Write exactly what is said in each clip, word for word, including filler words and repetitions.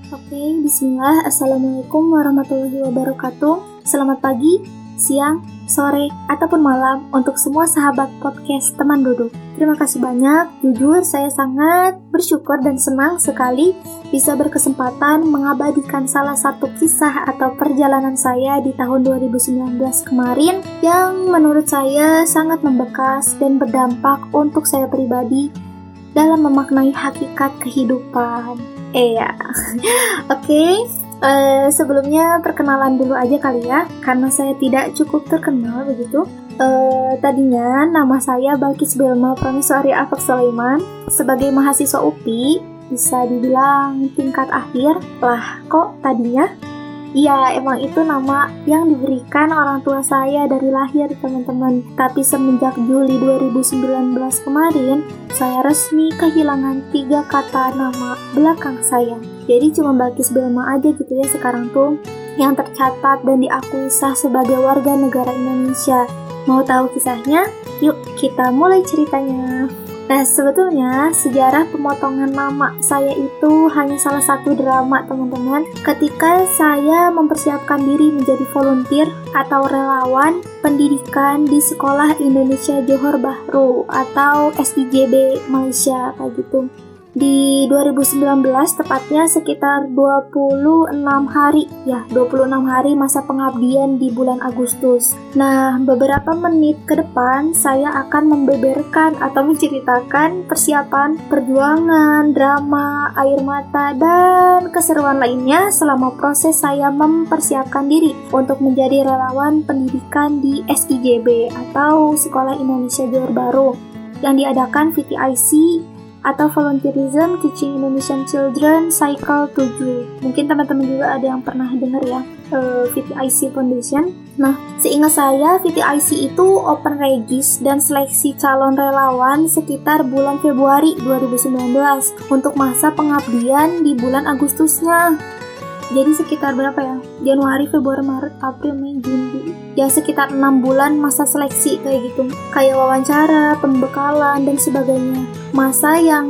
Oke, bismillah. Assalamualaikum warahmatullahi wabarakatuh. Selamat pagi, siang, sore, ataupun malam untuk semua sahabat podcast Teman Duduk. Terima kasih banyak. Jujur, saya sangat bersyukur dan senang sekali bisa berkesempatan mengabadikan salah satu kisah atau perjalanan saya di tahun dua ribu sembilan belas kemarin yang menurut saya sangat membekas dan berdampak untuk saya pribadi dalam memaknai hakikat kehidupan. Iya, oke. Okay. Uh, sebelumnya perkenalan dulu aja kali ya, karena saya tidak cukup terkenal begitu. Uh, tadinya nama saya Balkis Belma Prameswari Afaq Sulaiman. Sebagai mahasiswa U P I, bisa dibilang tingkat akhir. Lah, kok tadinya? Iya, emang itu nama yang diberikan orang tua saya dari lahir, teman-teman. Tapi semenjak Juli dua ribu sembilan belas kemarin, saya resmi kehilangan tiga kata nama belakang saya. Jadi cuma Balkis Belma aja gitu ya sekarang tuh yang tercatat dan diakui sah sebagai warga negara Indonesia. Mau tahu kisahnya? Yuk kita mulai ceritanya. Nah, sebetulnya sejarah pemotongan nama saya itu hanya salah satu drama, teman-teman. Ketika saya mempersiapkan diri menjadi volunteer atau relawan pendidikan di Sekolah Indonesia Johor Bahru atau S I J B Malaysia kayak gitu. Di dua ribu sembilan belas tepatnya sekitar dua puluh enam hari ya, dua puluh enam hari masa pengabdian di bulan Agustus. Nah, beberapa menit ke depan saya akan membeberkan atau menceritakan persiapan, perjuangan, drama, air mata, dan keseruan lainnya selama proses saya mempersiapkan diri untuk menjadi relawan pendidikan di S I J B atau Sekolah Indonesia Johor Bahru yang diadakan V T I C atau Volunteerism Teaching Indonesian Children Cycle tujuh. Mungkin teman-teman juga ada yang pernah dengar ya, uh, V T I C Foundation. Nah, seingat saya V T I C itu open regis dan seleksi calon relawan sekitar bulan Februari dua ribu sembilan belas untuk masa pengabdian di bulan Agustusnya. Jadi sekitar berapa ya? Januari, Februari, Maret, April, Mei, Juni. Ya sekitar enam bulan masa seleksi kayak gitu. Kayak wawancara, pembekalan, dan sebagainya. Masa yang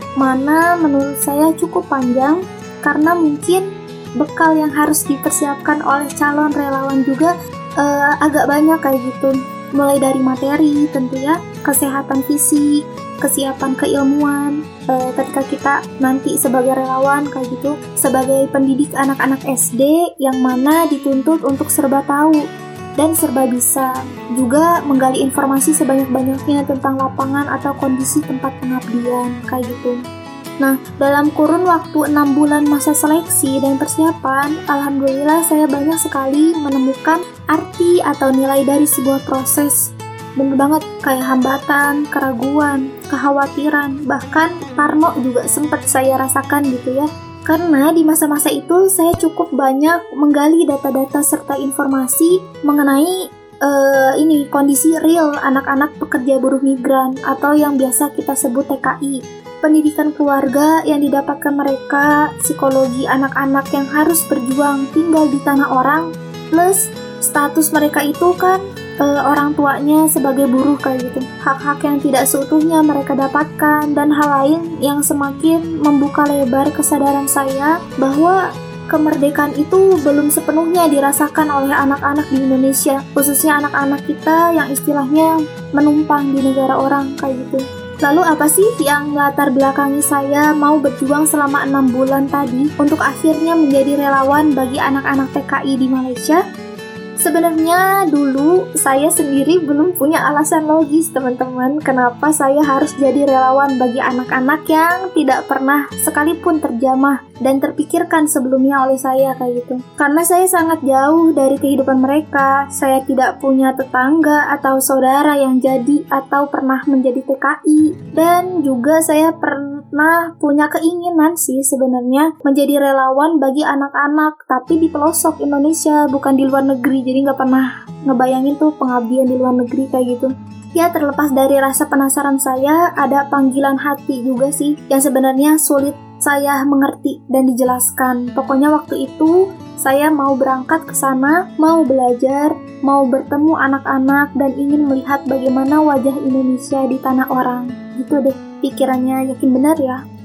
mana menurut saya cukup panjang karena mungkin bekal yang harus dipersiapkan oleh calon relawan juga uh, agak banyak kayak gitu. Mulai dari materi tentu ya, kesehatan fisik, kesiapan keilmuan, e, ketika kita nanti sebagai relawan kayak gitu, sebagai pendidik anak-anak S D yang mana dituntut untuk serba tahu dan serba bisa, juga menggali informasi sebanyak-banyaknya tentang lapangan atau kondisi tempat pengabdian kayak gitu. Nah, dalam kurun waktu enam bulan masa seleksi dan persiapan, alhamdulillah saya banyak sekali menemukan arti atau nilai dari sebuah proses. Bener banget, kayak hambatan, keraguan, kekhawatiran, bahkan parno juga sempat saya rasakan gitu ya. Karena di masa-masa itu saya cukup banyak menggali data-data serta informasi mengenai uh, ini kondisi real anak-anak pekerja buruh migran atau yang biasa kita sebut T K I. Pendidikan keluarga yang didapatkan mereka, psikologi anak-anak yang harus berjuang tinggal di tanah orang, plus status mereka itu kan e, orang tuanya sebagai buruh kayak gitu. Hak-hak yang tidak seutuhnya mereka dapatkan dan hal lain yang semakin membuka lebar kesadaran saya bahwa kemerdekaan itu belum sepenuhnya dirasakan oleh anak-anak di Indonesia, khususnya anak-anak kita yang istilahnya menumpang di negara orang kayak gitu. Lalu apa sih yang melatar belakangi saya mau berjuang selama enam bulan tadi untuk akhirnya menjadi relawan bagi anak-anak T K I di Malaysia? Sebenarnya dulu saya sendiri belum punya alasan logis, teman-teman, kenapa saya harus jadi relawan bagi anak-anak yang tidak pernah sekalipun terjamah dan terpikirkan sebelumnya oleh saya kayak gitu. Karena saya sangat jauh dari kehidupan mereka, saya tidak punya tetangga atau saudara yang jadi atau pernah menjadi T K I, dan juga saya pernah punya keinginan sih sebenarnya menjadi relawan bagi anak-anak, tapi di pelosok Indonesia, bukan di luar negeri. Jadi nggak pernah ngebayangin tuh pengabdian di luar negeri kayak gitu. Ya, terlepas dari rasa penasaran saya, ada panggilan hati juga sih yang sebenarnya sulit saya mengerti dan dijelaskan. Pokoknya waktu itu saya mau berangkat ke sana, mau belajar, mau bertemu anak-anak dan ingin melihat bagaimana wajah Indonesia di tanah orang. Gitu deh pikirannya, yakin benar ya.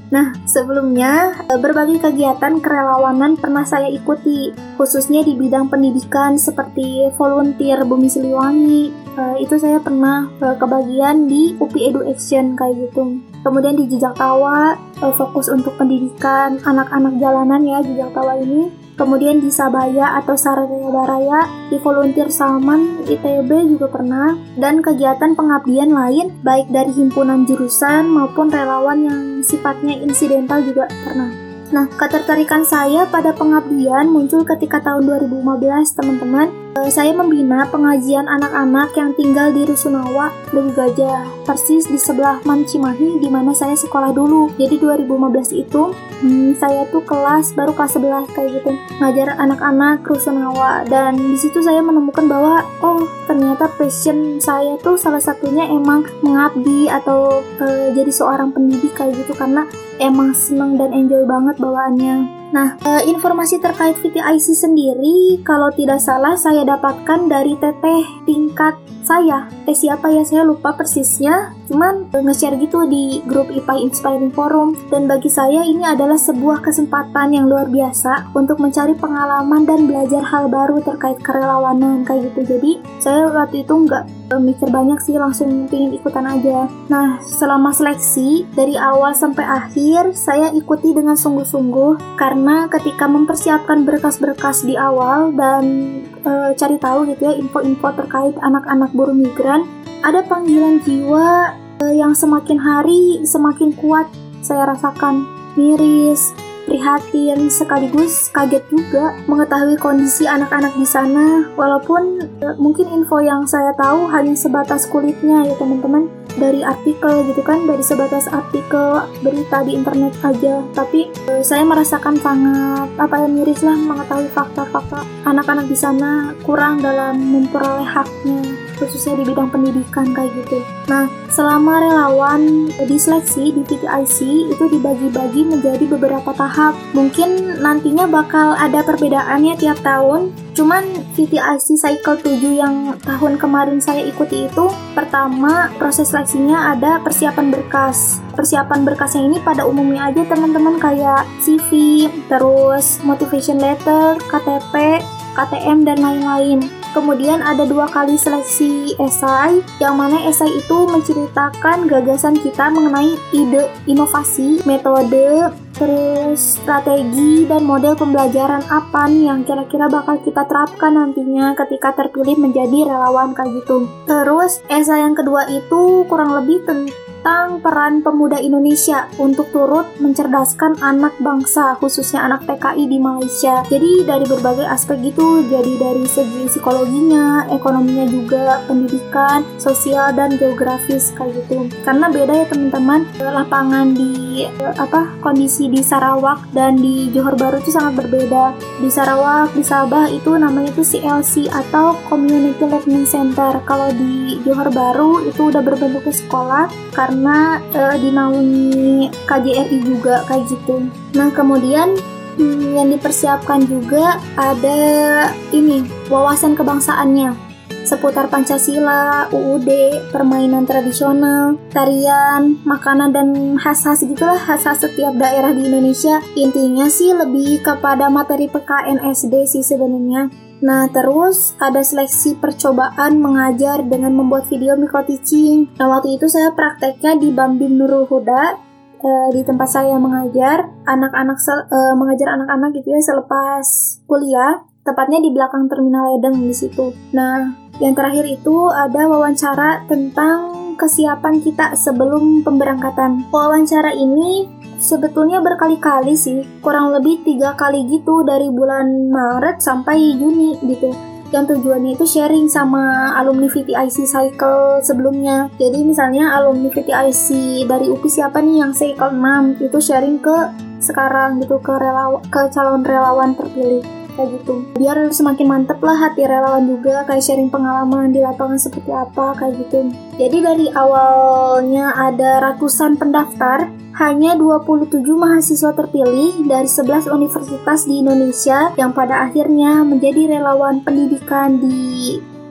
Nah, sebelumnya berbagai kegiatan kerelawanan pernah saya ikuti, khususnya di bidang pendidikan seperti volunteer Bumi Siliwangi. Uh, itu saya pernah uh, kebagian di U P Edu Action kayak gitu. Kemudian di Jejak Tawa, uh, fokus untuk pendidikan anak-anak jalanan ya, Jejak Tawa ini. Kemudian di Sabaya atau Saraya Baraya, di volunteer Salman I T B juga pernah, dan kegiatan pengabdian lain baik dari himpunan jurusan maupun relawan yang sifatnya insidental juga pernah. Nah, ketertarikan saya pada pengabdian muncul ketika tahun dua ribu lima belas, teman-teman. E, saya membina pengajian anak-anak yang tinggal di Rusunawa, Lewi Gajah, persis di sebelah Man Cimahi, di mana saya sekolah dulu. Jadi dua ribu lima belas itu, hmm, saya tuh kelas, baru kelas sebelas kayak gitu, ngajar anak-anak Rusunawa. Dan di situ saya menemukan bahwa, oh ternyata passion saya tuh salah satunya emang mengabdi atau e, jadi seorang pendidik kayak gitu, karena emang seneng dan enjoy banget bawaannya. Nah, e, informasi terkait V T I C sendiri, kalau tidak salah saya dapatkan dari teteh tingkat saya. Teh siapa ya, saya lupa persisnya. Cuman e, nge-share gitu di grup I P A Inspiring Forum. Dan bagi saya ini adalah sebuah kesempatan yang luar biasa untuk mencari pengalaman dan belajar hal baru terkait kerelawanan kayak gitu. Jadi saya waktu itu nggak mikir banyak sih, langsung pengen ikutan aja. Nah, selama seleksi dari awal sampai akhir saya ikuti dengan sungguh-sungguh, karena ketika mempersiapkan berkas-berkas di awal dan e, cari tahu gitu ya info-info terkait anak-anak buruh migran, ada panggilan jiwa e, yang semakin hari semakin kuat saya rasakan. Miris, prihatin, sekaligus kaget juga mengetahui kondisi anak-anak di sana, walaupun e, mungkin info yang saya tahu hanya sebatas kulitnya ya teman-teman, dari artikel gitu kan, dari sebatas artikel berita di internet aja. Tapi e, saya merasakan sangat apa ya miris lah mengetahui fakta-fakta anak-anak di sana kurang dalam memperoleh haknya, khususnya di bidang pendidikan kayak gitu. Nah, selama relawan diseleksi di V T I C itu dibagi-bagi menjadi beberapa tahap. Mungkin nantinya bakal ada perbedaannya tiap tahun. Cuman V T I C cycle tujuh yang tahun kemarin saya ikuti itu, pertama proses seleksinya ada persiapan berkas. Persiapan berkasnya ini pada umumnya aja teman-teman, kayak C V, terus motivation letter, K T P, K T M, dan lain-lain. Kemudian ada dua kali seleksi esai, yang mana esai itu menceritakan gagasan kita mengenai ide, inovasi, metode, terus strategi dan model pembelajaran apa nih yang kira-kira bakal kita terapkan nantinya ketika terpilih menjadi relawan kayak gitu. Terus esai yang kedua itu kurang lebih tentang peran pemuda Indonesia untuk turut mencerdaskan anak bangsa, khususnya anak P K I di Malaysia. Jadi dari berbagai aspek gitu, jadi dari segi psikologinya, ekonominya juga, pendidikan, sosial, dan geografis kayak gitu. Karena beda ya teman-teman, lapangan di apa kondisi di Sarawak dan di Johor Bahru itu sangat berbeda. Di Sarawak, di Sabah itu namanya itu C L C atau Community Learning Center. Kalau di Johor Bahru itu udah berbentuk sekolah karena e, dinaungi K J R I juga kayak gitu. Nah, kemudian hmm, yang dipersiapkan juga ada ini wawasan kebangsaannya seputar Pancasila, U U D, permainan tradisional, tarian, makanan, dan khas-khas gitulah, khas-khas setiap daerah di Indonesia. Intinya sih lebih kepada materi P K N S D sih sebenarnya. Nah, terus ada seleksi percobaan mengajar dengan membuat video micro teaching. Nah, waktu itu saya prakteknya di Bambim Nurul Huda, e, di tempat saya mengajar anak-anak sel- e, mengajar anak-anak gitu ya selepas kuliah, tepatnya di belakang Terminal Ledeng di situ. Nah, yang terakhir itu ada wawancara tentang kesiapan kita sebelum pemberangkatan. Wawancara ini sebetulnya berkali-kali sih, kurang lebih tiga kali gitu dari bulan Maret sampai Juni gitu. Yang tujuannya itu sharing sama alumni V T I C cycle sebelumnya. Jadi misalnya alumni V T I C dari U P I siapa nih yang cycle enam, itu sharing ke sekarang gitu, ke relawan, ke calon relawan terpilih kayak gitu. Biar semakin mantep lah hati relawan juga, kayak sharing pengalaman di lapangan seperti apa kayak gitu. Jadi dari awalnya ada ratusan pendaftar, hanya dua puluh tujuh mahasiswa terpilih dari sebelas universitas di Indonesia yang pada akhirnya menjadi relawan pendidikan di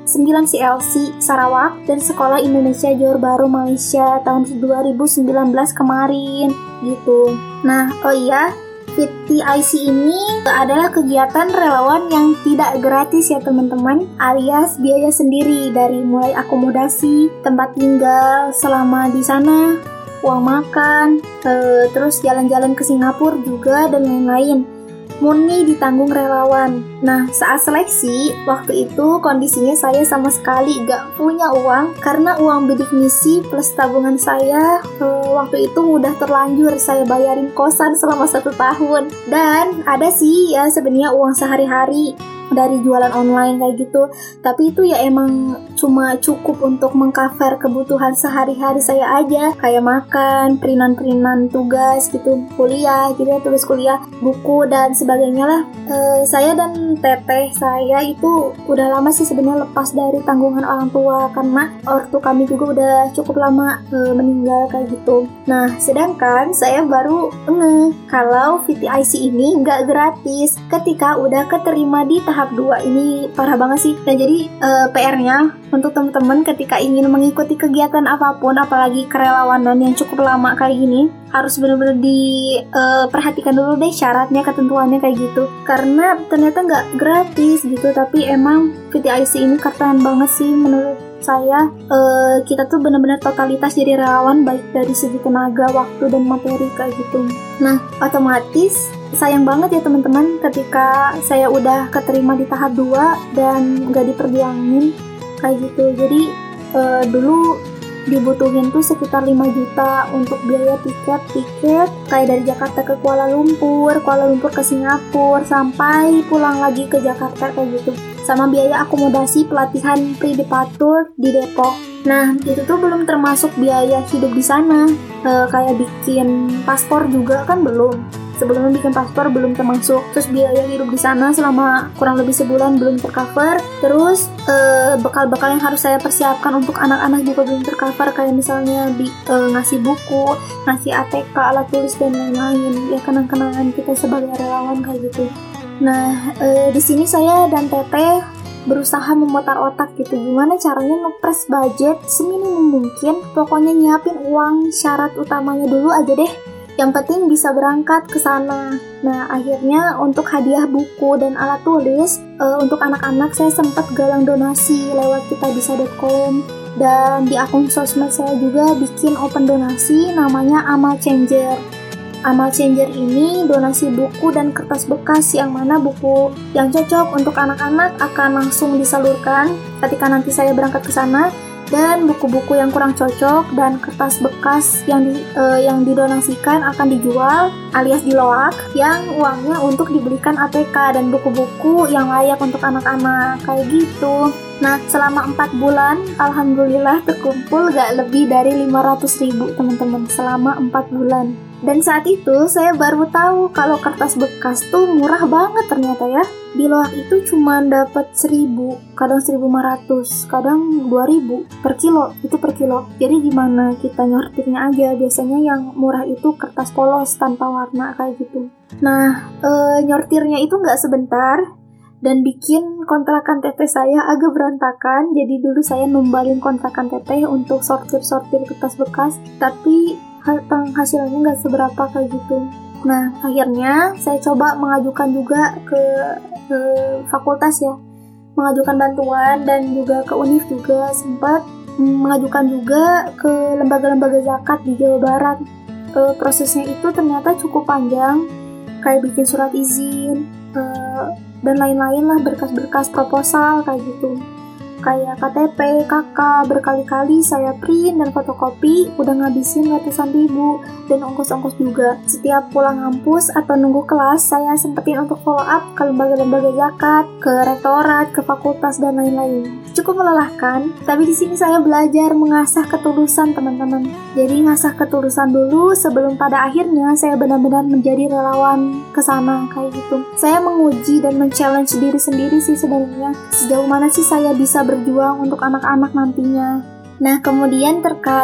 sembilan C L C Sarawak dan Sekolah Indonesia Johor Bahru Malaysia tahun dua ribu sembilan belas kemarin gitu. Nah, oh iya, V T I C ini adalah kegiatan relawan yang tidak gratis ya teman-teman, alias biaya sendiri dari mulai akomodasi, tempat tinggal selama di sana, uang makan, e, terus jalan-jalan ke Singapura juga dan lain-lain. Murni ditanggung relawan. Nah, saat seleksi, waktu itu kondisinya saya sama sekali gak punya uang karena uang bidik misi plus tabungan saya eh, waktu itu udah terlanjur saya bayarin kosan selama satu tahun. Dan ada sih ya sebenarnya uang sehari-hari dari jualan online kayak gitu, tapi itu ya emang cuma cukup untuk mengcover kebutuhan sehari-hari saya aja, kayak makan, perinan-perinan tugas gitu, kuliah gitu ya, tugas kuliah, buku dan sebagainya lah. E, saya dan teteh saya itu udah lama sih sebenarnya lepas dari tanggungan orang tua karena ortu kami juga udah cukup lama e, meninggal kayak gitu. Nah, sedangkan saya baru nge kalau V T I C ini nggak gratis ketika udah keterima di tahap tahap dua. Ini parah banget sih. Dan jadi uh, P R-nya untuk teman-teman ketika ingin mengikuti kegiatan apapun, apalagi kerelawanan yang cukup lama kayak gini, harus benar-benar diperhatikan uh, dulu deh syaratnya, ketentuannya kayak gitu. Karena ternyata nggak gratis gitu, tapi emang V T I C ini keren banget sih menurut saya. Uh, kita tuh benar-benar totalitas jadi relawan, baik dari segi tenaga, waktu, dan materi kayak gitu. Nah, otomatis sayang banget ya teman-teman ketika saya udah keterima di tahap dua dan gak diperjuangin kayak gitu. Jadi uh, dulu dibutuhin tuh sekitar lima juta untuk biaya tiket-tiket kayak dari Jakarta ke Kuala Lumpur, Kuala Lumpur ke Singapura, sampai pulang lagi ke Jakarta kayak gitu. Sama biaya akomodasi pelatihan pre-departure di Depok. Nah, itu tuh belum termasuk biaya hidup di sana, e, kayak bikin paspor juga kan belum. Sebelumnya bikin paspor belum termasuk. Terus biaya hidup di sana selama kurang lebih sebulan belum tercover. Terus e, bekal-bekal yang harus saya persiapkan untuk anak-anak juga belum tercover, kayak misalnya di, e, ngasih buku, ngasih A T K, alat tulis dan lain-lain. Ya kenang-kenangan kita sebagai relawan kayak gitu. Nah, e, di sini saya dan Teteh berusaha memutar otak gitu, gimana caranya ngepres budget seminimum mungkin. Pokoknya nyiapin uang syarat utamanya dulu aja deh. Yang penting bisa berangkat ke sana. Nah, akhirnya untuk hadiah buku dan alat tulis e, untuk anak-anak saya sempat galang donasi lewat kitabisa dot com, dan di akun sosmed saya juga bikin open donasi namanya Amal Changer. Amal Changer ini donasi buku dan kertas bekas, yang mana buku yang cocok untuk anak-anak akan langsung disalurkan ketika nanti saya berangkat ke sana, dan buku-buku yang kurang cocok dan kertas bekas yang di, eh, yang didonasikan akan dijual alias diloak, yang uangnya untuk dibelikan A T K dan buku-buku yang layak untuk anak-anak kayak gitu. Nah, selama empat bulan alhamdulillah terkumpul gak lebih dari lima ratus ribu teman-teman selama empat bulan. Dan saat itu saya baru tahu kalau kertas bekas tuh murah banget ternyata ya. Di Loak itu cuma dapat seribu, kadang seribu lima ratus, kadang dua ribu per kilo, itu per kilo. Jadi gimana kita nyortirnya aja, biasanya yang murah itu kertas polos tanpa warna kayak gitu. Nah, e, nyortirnya itu nggak sebentar dan bikin kontrakan teteh saya agak berantakan. Jadi dulu saya numbalin kontrakan teteh untuk sortir-sortir kertas bekas, tapi hasilnya nggak seberapa kayak gitu. Nah, akhirnya saya coba mengajukan juga ke, ke fakultas ya, mengajukan bantuan, dan juga ke Univ juga sempat mengajukan juga ke lembaga-lembaga zakat di Jawa Barat. E, prosesnya itu ternyata cukup panjang, kayak bikin surat izin e, dan lain-lain lah, berkas-berkas proposal kayak gitu. Kayak K T P, K K, berkali-kali saya print dan fotokopi, udah ngabisin ratusan ribu, dan ongkos-ongkos juga. Setiap pulang ngampus atau nunggu kelas, saya sempetin untuk follow up ke lembaga-lembaga zakat, ke rektorat, ke fakultas, dan lain-lain. Cukup melelahkan, tapi di sini saya belajar mengasah ketulusan teman-teman. Jadi ngasah ketulusan dulu sebelum pada akhirnya saya benar-benar menjadi relawan ke sana kayak gitu. Saya menguji dan men-challenge diri sendiri sih sebenarnya, sejauh mana sih saya bisa berjuang untuk anak-anak nantinya. Nah, kemudian terkait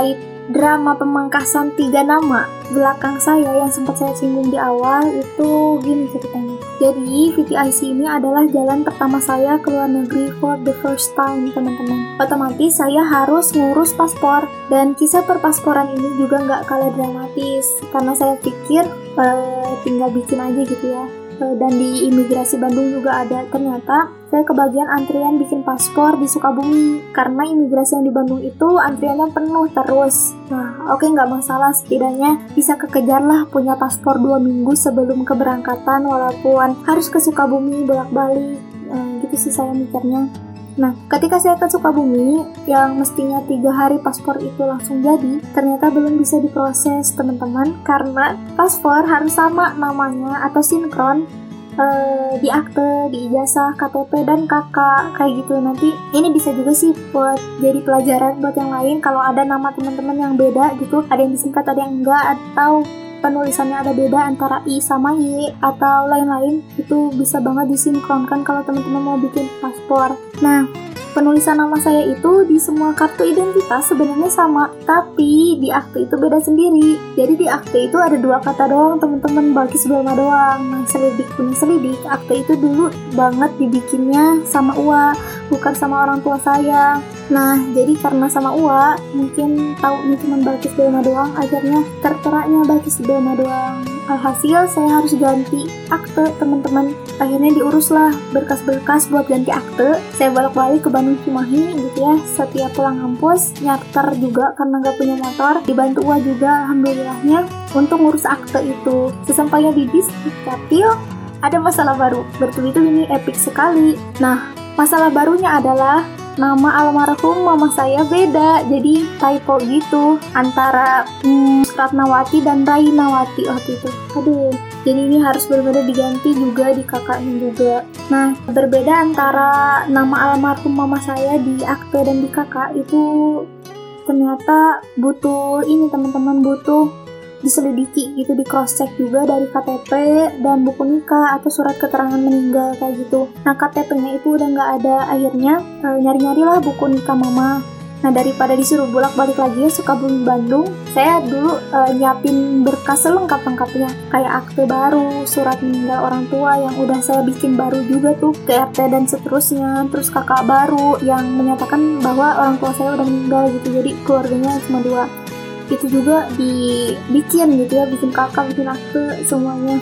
drama pemangkasan tiga nama belakang saya yang sempat saya singgung di awal itu gini ceritanya. Jadi V T I C ini adalah jalan pertama saya ke luar negeri for the first time, teman-teman. Otomatis saya harus ngurus paspor, dan kisah perpasporan ini juga nggak kalah dramatis karena saya pikir uh, tinggal bikin aja gitu ya. Dan di imigrasi Bandung juga ada. Ternyata saya kebagian antrian bikin paspor di Sukabumi karena imigrasi yang di Bandung itu antriannya penuh terus. Nah, oke okay, nggak masalah, setidaknya bisa kekejar lah punya paspor dua minggu sebelum keberangkatan walaupun harus ke Sukabumi bolak-balik. Nah, gitu sih saya mikirnya. Nah, ketika saya ke Sukabumi, yang mestinya tiga hari paspor itu langsung jadi, ternyata belum bisa diproses, teman-teman, karena paspor harus sama namanya atau sinkron eh, di akte, di ijazah, K T P, dan K K, kayak gitu. Nanti ini bisa juga sih buat jadi pelajaran buat yang lain, kalau ada nama teman-teman yang beda gitu, ada yang disingkat, ada yang enggak, atau penulisannya ada beda antara I sama Y atau lain-lain, itu bisa banget disinkronkan kalau teman-teman mau bikin paspor. Nah, penulisan nama saya itu di semua kartu identitas sebenarnya sama, tapi di akte itu beda sendiri. Jadi di akte itu ada dua kata doang, teman-teman, Balkis Belma doang. Nah, selidik punya selidik, akte itu dulu banget dibikinnya sama Ua, bukan sama orang tua saya. Nah, jadi karena sama Ua, mungkin taunya cuma Balkis Belma doang, akhirnya terteraknya Balkis Belma doang. Alhasil saya harus ganti akte, teman-teman. Akhirnya diuruslah berkas-berkas buat ganti akte. Saya bolak-balik ke Bandung Cimahi gitu ya. Setiap pulang kampus, nyarter juga karena nggak punya motor. Dibantu Ua juga, alhamdulillahnya, untuk ngurus akte itu. Sesampainya di Dukcapil, ada masalah baru. Bertubi-tubi ini epic sekali. Nah, masalah barunya adalah nama almarhum mama saya beda, jadi typo gitu antara hmm, Ratnawati dan Rainawati waktu itu. Aduh, jadi ini harus benar-benar diganti juga di kakaknya juga. Nah, berbeda antara nama almarhum mama saya di akte dan di kakak itu ternyata butuh ini, teman-teman, butuh diselidiki gitu, di cross check juga dari K T P dan buku nikah atau surat keterangan meninggal kayak gitu. Nah, K T P-nya itu udah nggak ada, akhirnya e, nyari-nyari lah buku nikah mama. Nah, daripada disuruh bolak-balik lagi ya Sukabumi Bandung, saya dulu e, nyiapin berkas selengkap-lengkapnya kayak akte baru, surat meninggal orang tua yang udah saya bikin baru juga tuh, ke R T dan seterusnya, terus kakak baru yang menyatakan bahwa orang tua saya udah meninggal gitu, jadi keluarganya cuma dua. Itu juga dibikin gitu ya, bikin kakak, bikin akte, semuanya.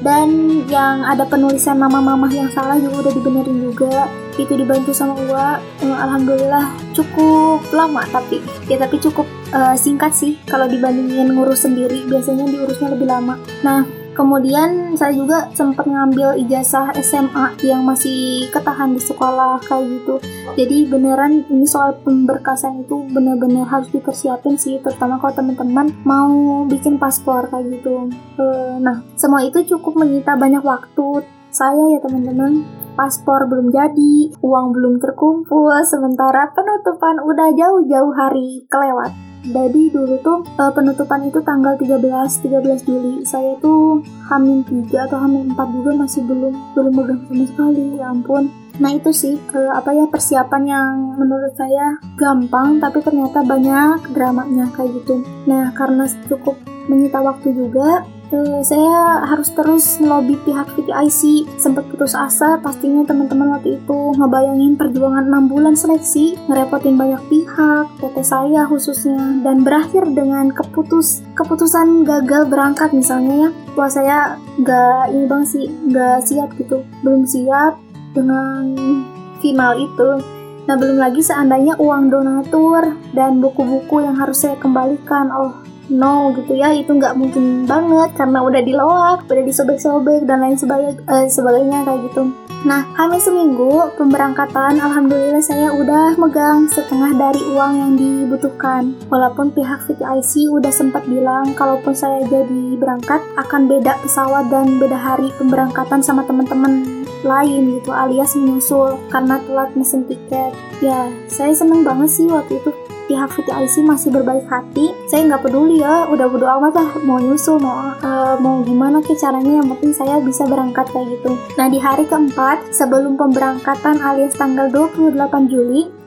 Dan yang ada penulisan nama mamah yang salah juga udah dibenerin juga. Itu dibantu sama Ua. eh, Alhamdulillah cukup lama, tapi ya tapi cukup uh, singkat sih kalau dibandingin ngurus sendiri. Biasanya diurusnya lebih lama. Nah, kemudian saya juga sempat ngambil ijazah S M A yang masih ketahan di sekolah kayak gitu. Jadi beneran ini soal pemberkasan itu bener-bener harus dipersiapin sih, terutama kalau teman-teman mau bikin paspor kayak gitu. E, nah, semua itu cukup menyita banyak waktu saya ya teman-teman. Paspor belum jadi, uang belum terkumpul, sementara penutupan udah jauh-jauh hari kelewat. Jadi dulu tuh uh, penutupan itu tanggal tiga belas Juli. Saya tuh Hamin tiga atau Hamin empat juga masih belum belum megang sama sekali. Ya ampun. Nah, itu sih uh, apa ya persiapan yang menurut saya gampang tapi ternyata banyak dramanya kayak gitu. Nah, karena cukup menyita waktu juga, Uh, saya harus terus melobi pihak V T I C. Sempat putus asa pastinya teman-teman waktu itu, ngebayangin perjuangan enam bulan seleksi, ngerepotin banyak pihak, T T saya khususnya, dan berakhir dengan keputus keputusan gagal berangkat misalnya ya. Wah, saya nggak ini bang sih, nggak siap gitu, belum siap dengan final itu. Nah, belum lagi seandainya uang donatur dan buku-buku yang harus saya kembalikan. Oh no gitu ya, itu nggak mungkin banget karena udah diloak, udah disobek-sobek dan lain sebagainya, eh, sebagainya kayak gitu. Nah, hampir seminggu pemberangkatan, alhamdulillah saya udah megang setengah dari uang yang dibutuhkan. Walaupun pihak V T I C udah sempat bilang kalaupun saya jadi berangkat akan beda pesawat dan beda hari pemberangkatan sama teman-teman lain gitu, alias menyusul karena telat mesen tiket. Ya, saya seneng banget sih waktu itu pihak V T I C masih berbaik hati. Saya nggak peduli ya, udah bodo amat lah mau nyusul, mau uh, mau gimana ke caranya, yang penting saya bisa berangkat kayak gitu. Nah, di hari keempat sebelum pemberangkatan alias tanggal dua puluh delapan Juli,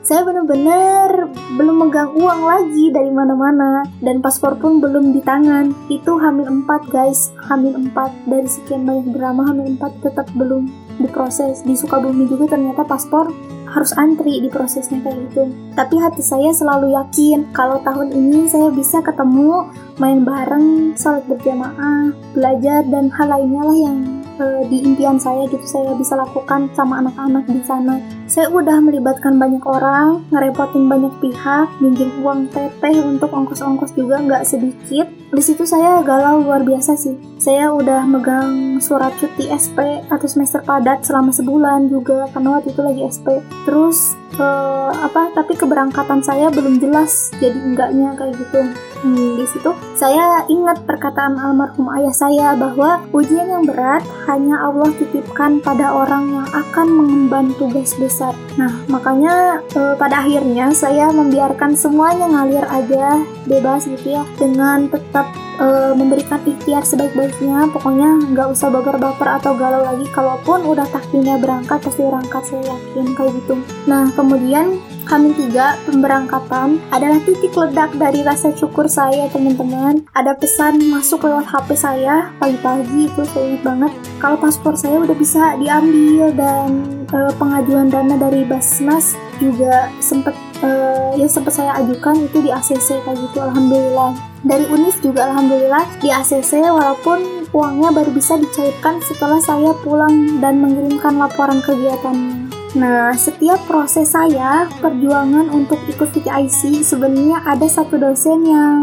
saya benar-benar belum megang uang lagi dari mana-mana, dan paspor pun belum di tangan. Itu hamil empat guys, hamil empat dari sekian banyak drama, hamil empat tetap belum diproses. Di Sukabumi juga ternyata paspor harus antri diprosesnya kayak gitu. Tapi hati saya selalu yakin kalau tahun ini saya bisa ketemu, main bareng, sholat berjamaah, belajar, dan hal lainnya lah yang uh, di impian saya gitu saya bisa lakukan sama anak-anak di sana. Saya udah melibatkan banyak orang, ngerepotin banyak pihak, minjem uang teteh untuk ongkos-ongkos juga nggak sedikit. Di situ saya galau luar biasa sih. Saya udah megang surat cuti S P atau semester padat selama sebulan juga karena waktu itu lagi S P. Terus uh, apa? Tapi keberangkatan saya belum jelas, jadi enggaknya kayak gitu. Hmm, di situ saya ingat perkataan almarhum ayah saya bahwa ujian yang berat hanya Allah titipkan pada orang yang akan mengemban tugas besar. Nah, makanya e, pada akhirnya saya membiarkan semuanya ngalir aja, bebas gitu ya, dengan tetap e, memberikan ikhtiar sebaik-baiknya. Pokoknya nggak usah baper-baper atau galau lagi. Kalaupun udah takdirnya berangkat, pasti berangkat, saya yakin kayak gitu. Nah, kemudian Hamil tiga, pemberangkatan adalah titik ledak dari rasa syukur saya, teman-teman. Ada pesan masuk lewat H P saya pagi-pagi, itu saya ingat banget. Kalau paspor saya udah bisa diambil, dan e, pengajuan dana dari Basnas juga sempat e, ya sempat saya ajukan itu di A C C kayak gitu, alhamdulillah. Dari Univ juga alhamdulillah di A C C, walaupun uangnya baru bisa dicairkan setelah saya pulang dan mengirimkan laporan kegiatannya. Nah, setiap proses saya perjuangan untuk ikut V T I C, sebenarnya ada satu dosen yang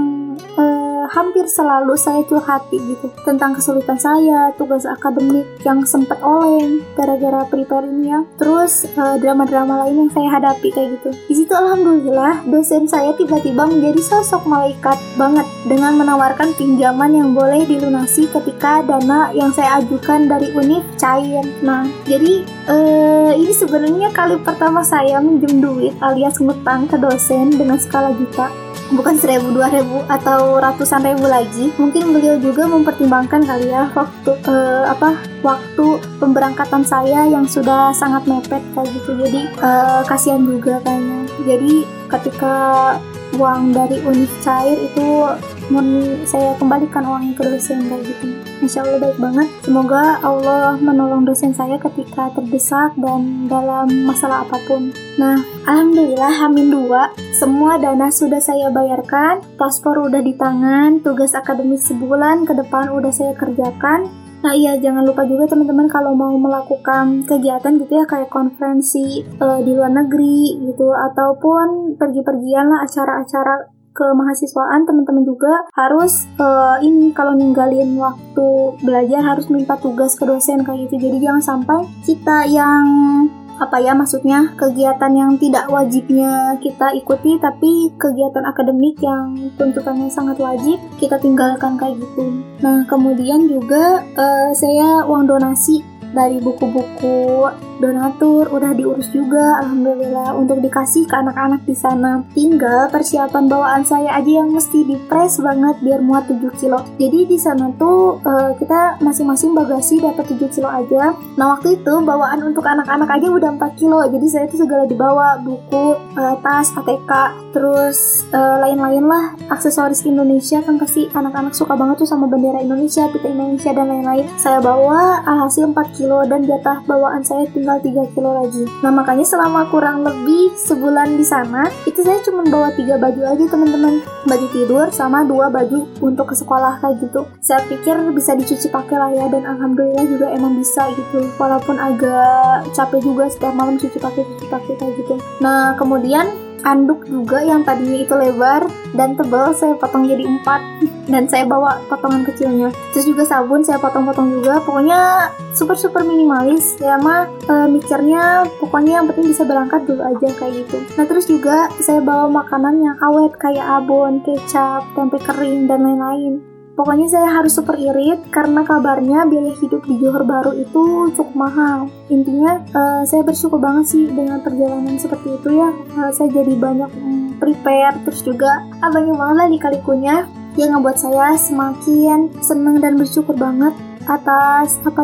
eh, hampir selalu saya curhati gitu tentang kesulitan saya, tugas akademik yang sempat oleng gara-gara prepare ini ya. Terus eh, drama-drama lain yang saya hadapi kayak gitu. Di situ alhamdulillah dosen saya tiba-tiba menjadi sosok malaikat banget dengan menawarkan pinjaman yang boleh dilunasi ketika dana yang saya ajukan dari Univ cair. Nah, jadi eh, ini sebenarnya kali pertama saya minjem duit alias ngutang ke dosen dengan skala juta. Bukan seribu, dua ribu, atau ratusan ribu lagi. Mungkin beliau juga mempertimbangkan kali ya waktu uh, apa waktu pemberangkatan saya yang sudah sangat mepet kayak gitu. Jadi uh, kasihan juga kayaknya. Jadi ketika uang dari Univ cair itu murni saya kembalikan uangnya ke dosen kayak gitu. Insya Allah baik banget. Semoga Allah menolong dosen saya ketika terdesak dan dalam masalah apapun. Nah, alhamdulillah Hamin dua, semua dana sudah saya bayarkan, paspor udah di tangan, tugas akademik sebulan ke depan udah saya kerjakan. Nah iya, jangan lupa juga teman-teman kalau mau melakukan kegiatan gitu ya, kayak konferensi e, di luar negeri gitu, ataupun pergi-pergian lah, acara-acara kemahasiswaan, teman-teman juga harus e, ini kalau ninggalin waktu belajar harus minta tugas ke dosen kayak gitu. Jadi jangan sampai kita yang apa ya maksudnya kegiatan yang tidak wajibnya kita ikuti, tapi kegiatan akademik yang tuntutannya sangat wajib kita tinggalkan kayak gitu. Nah kemudian juga uh, saya uang donasi dari buku-buku donatur udah diurus juga, alhamdulillah, untuk dikasih ke anak-anak di sana. Tinggal persiapan bawaan saya aja yang mesti dipres banget biar muat tujuh kilo. Jadi di sana tuh uh, kita masing-masing bagasi dapat tujuh kilo aja. Nah waktu itu bawaan untuk anak-anak aja udah empat kilo. Jadi saya tuh segala dibawa, buku, uh, tas, A T K, terus uh, lain-lain lah, aksesoris Indonesia kan pasti anak-anak suka banget tuh sama bendera Indonesia, pita Indonesia dan lain-lain. Saya bawa alhasil empat kilo dan jatah bawaan saya tinggal tiga kilo lagi. Nah makanya selama kurang lebih sebulan di sana itu saya cuma bawa tiga baju aja teman-teman, baju tidur sama dua baju untuk ke sekolah kayak gitu. Saya pikir bisa dicuci pakai lah ya, dan alhamdulillah juga emang bisa gitu, walaupun agak capek juga setiap malam cuci pakai cuci pakai kayak gitu. Nah kemudian anduk juga yang tadinya itu lebar dan tebal saya potong jadi empat dan saya bawa potongan kecilnya. Terus juga sabun saya potong-potong juga. Pokoknya super-super minimalis. Ya mah e, mikirnya pokoknya yang penting bisa berangkat dulu aja kayak gitu. Nah terus juga saya bawa makanan yang awet kayak abon, kecap, tempe kering dan lain-lain. Pokoknya saya harus super irit karena kabarnya biaya hidup di Johor Bahru itu cukup mahal. Intinya uh, saya bersyukur banget sih dengan perjalanan seperti itu ya. Uh, saya jadi banyak um, prepare, terus juga ah, banyak banget lah lika-likunya yang ngebuat saya semakin senang dan bersyukur banget atas apa ya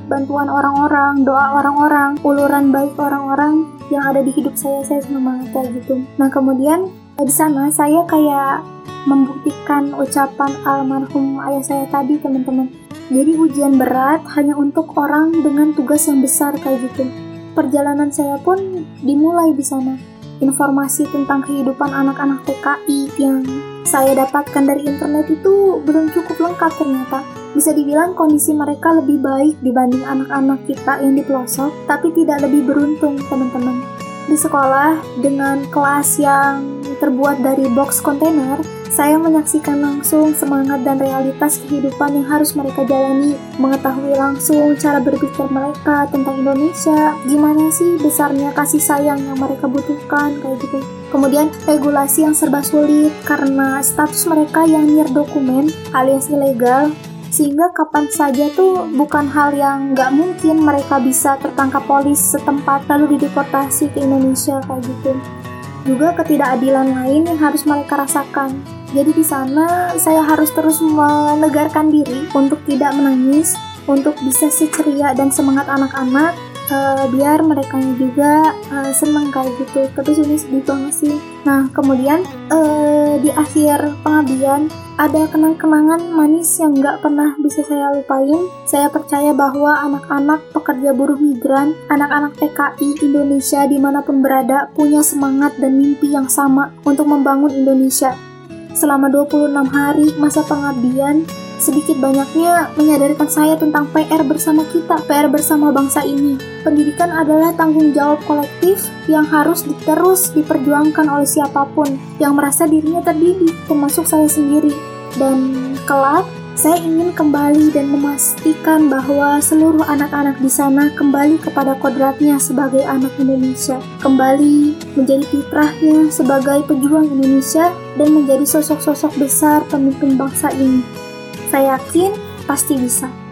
bantuan orang-orang, doa orang-orang, uluran baik orang-orang yang ada di hidup saya. Saya senang banget kayak gitu. Nah kemudian di sana saya kayak membuktikan ucapan almarhum ayah saya tadi, teman-teman. Jadi ujian berat hanya untuk orang dengan tugas yang besar kayak gitu. Perjalanan saya pun dimulai di sana. Informasi tentang kehidupan anak-anak T K I yang saya dapatkan dari internet itu belum cukup lengkap ternyata. Bisa dibilang kondisi mereka lebih baik dibanding anak-anak kita yang di pelosok, tapi tidak lebih beruntung, teman-teman. Di sekolah, dengan kelas yang terbuat dari box kontainer, saya menyaksikan langsung semangat dan realitas kehidupan yang harus mereka jalani, mengetahui langsung cara berpikir mereka tentang Indonesia, gimana sih besarnya kasih sayang yang mereka butuhkan, kayak gitu. Kemudian regulasi yang serba sulit karena status mereka yang near dokumen alias ilegal, sehingga kapan saja tuh bukan hal yang nggak mungkin mereka bisa tertangkap polis setempat lalu dideportasi ke Indonesia kayak gitu. Juga ketidakadilan lain yang harus mereka rasakan. Jadi di sana saya harus terus menegarkan diri untuk tidak menangis, untuk bisa seceria dan semangat anak-anak, uh, biar mereka juga uh, senang kayak gitu. Tapi sini sedih banget sih. Nah kemudian uh, di akhir pengabdian ada kenang-kenangan manis yang gak pernah bisa saya lupain. Saya percaya bahwa anak-anak pekerja buruh migran, anak-anak T K I Indonesia dimanapun berada punya semangat dan mimpi yang sama untuk membangun Indonesia. Selama dua puluh enam hari masa pengabdian, sedikit banyaknya menyadarkan saya tentang P R bersama kita, P R bersama bangsa ini. Pendidikan adalah tanggung jawab kolektif yang harus terus diperjuangkan oleh siapapun yang merasa dirinya terdidik, termasuk saya sendiri. Dan kelak, saya ingin kembali dan memastikan bahwa seluruh anak-anak di sana kembali kepada kodratnya sebagai anak Indonesia, kembali menjadi fitrahnya sebagai pejuang Indonesia dan menjadi sosok-sosok besar pemimpin bangsa ini. Saya yakin pasti bisa.